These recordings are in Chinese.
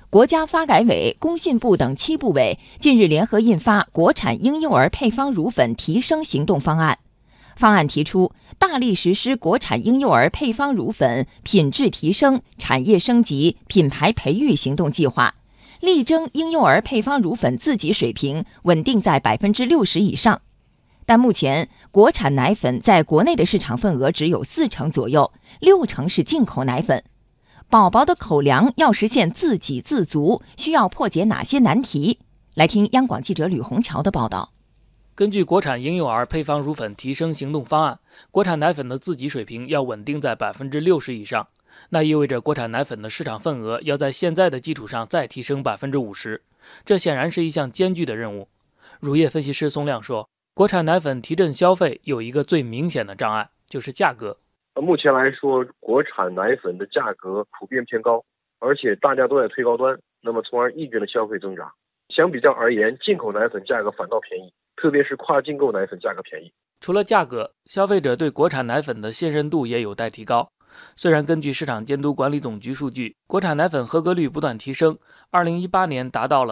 国家发改委、工信部等7部委近日联合印发《国产婴幼儿配方乳粉提升行动方案》。方案提出，大力实施国产婴幼儿配方乳粉品质提升、产业升级、品牌培育行动计划，力争婴幼儿配方乳粉自给水平稳定在60%以上。但目前，国产奶粉在国内的市场份额只有40%左右，60%是进口奶粉。宝宝的口粮要实现自给自足，需要破解哪些难题？来听央广记者吕红桥的报道。 根据国产婴幼儿配方乳粉提升行动方案，国产奶粉的自给水平要稳定在60%以上，那意味着国产奶粉的市场份额要在现在的基础上再提升50%，这显然是一项艰巨的任务。乳业分析师宋亮说，国产奶粉提振消费有一个最明显的障碍，就是价格。 目前来说，国产奶粉的价格普遍偏高，而且大家都在推高端，那么从而抑制了消费增长。相比较而言，进口奶粉价格反倒便宜，特别是跨境购奶粉价格便宜。 除了价格，消费者对国产奶粉的信任度也有待提高。虽然根据市场监督管理总局数据，国产奶粉合格率不断提升，2018年达到了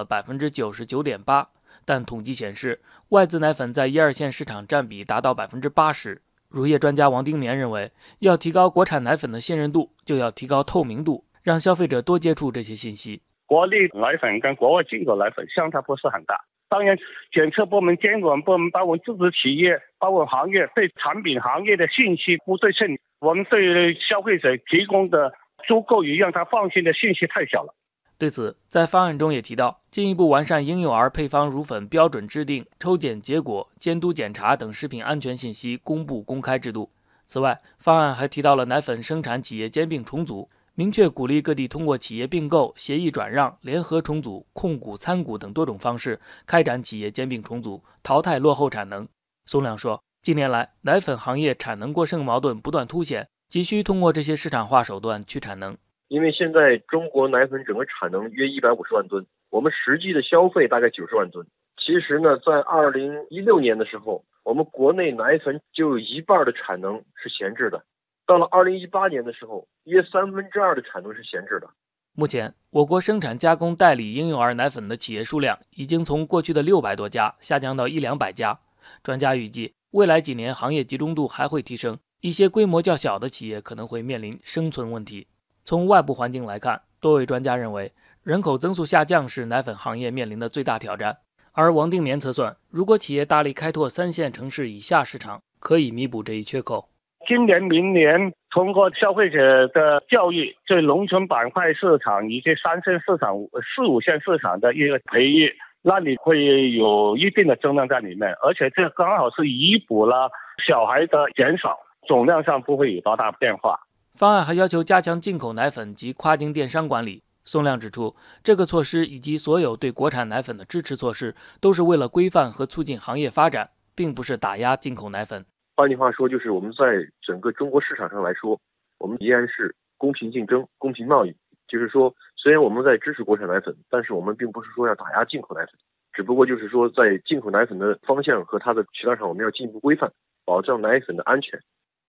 99.8%，但统计显示，外资奶粉在1、2线市场占比达到80%。乳业专家王丁年认为，要提高国产奶粉的信任度，就要提高透明度，让消费者多接触这些信息。 国内奶粉跟国外进口奶粉相差不是很大，当然检测部门、监管部门，包括自治企业、包括行业对产品行业的信息不对称，我们对消费者提供的足够于让他放心的信息太小了。 对此，在方案中也提到，进一步完善婴幼儿配方乳粉标准制定、抽检结果、监督检查等食品安全信息公布公开制度。此外，方案还提到了奶粉生产企业兼并重组，明确鼓励各地通过企业并购、协议转让、联合重组、控股参股等多种方式开展企业兼并重组，淘汰落后产能。宋亮说，近年来奶粉行业产能过剩矛盾不断凸显，急需通过这些市场化手段去产能。 因为现在中国奶粉整个产能约150万吨，我们实际的消费大概90万吨。其实呢，在2016年的时候，我们国内奶粉就有1半的产能是闲置的。到了2018年的时候，约2/3的产能是闲置的。 目前，我国生产加工代理婴幼儿奶粉的企业数量已经从过去的600多家下降到100-200家。专家预计，未来几年行业集中度还会提升，一些规模较小的企业可能会面临生存问题。从外部环境来看，多位专家认为，人口增速下降是奶粉行业面临的最大挑战。而王定年测算，如果企业大力开拓3线城市以下市场，可以弥补这一缺口。 今年、明年通过消费者的教育，对农村板块市场以及3线市场、4、5线市场的一个培育，那你会有一定的增量在里面，而且这刚好是弥补了小孩的减少，总量上不会有多大变化。 方案还要求加强进口奶粉及跨境电商管理。宋亮指出，这个措施以及所有对国产奶粉的支持措施，都是为了规范和促进行业发展，并不是打压进口奶粉。 换句话说，就是我们在整个中国市场上来说，我们依然是公平竞争、公平贸易。就是说，虽然我们在支持国产奶粉，但是我们并不是说要打压进口奶粉，只不过就是说，在进口奶粉的方向和它的渠道上，我们要进一步规范，保障奶粉的安全。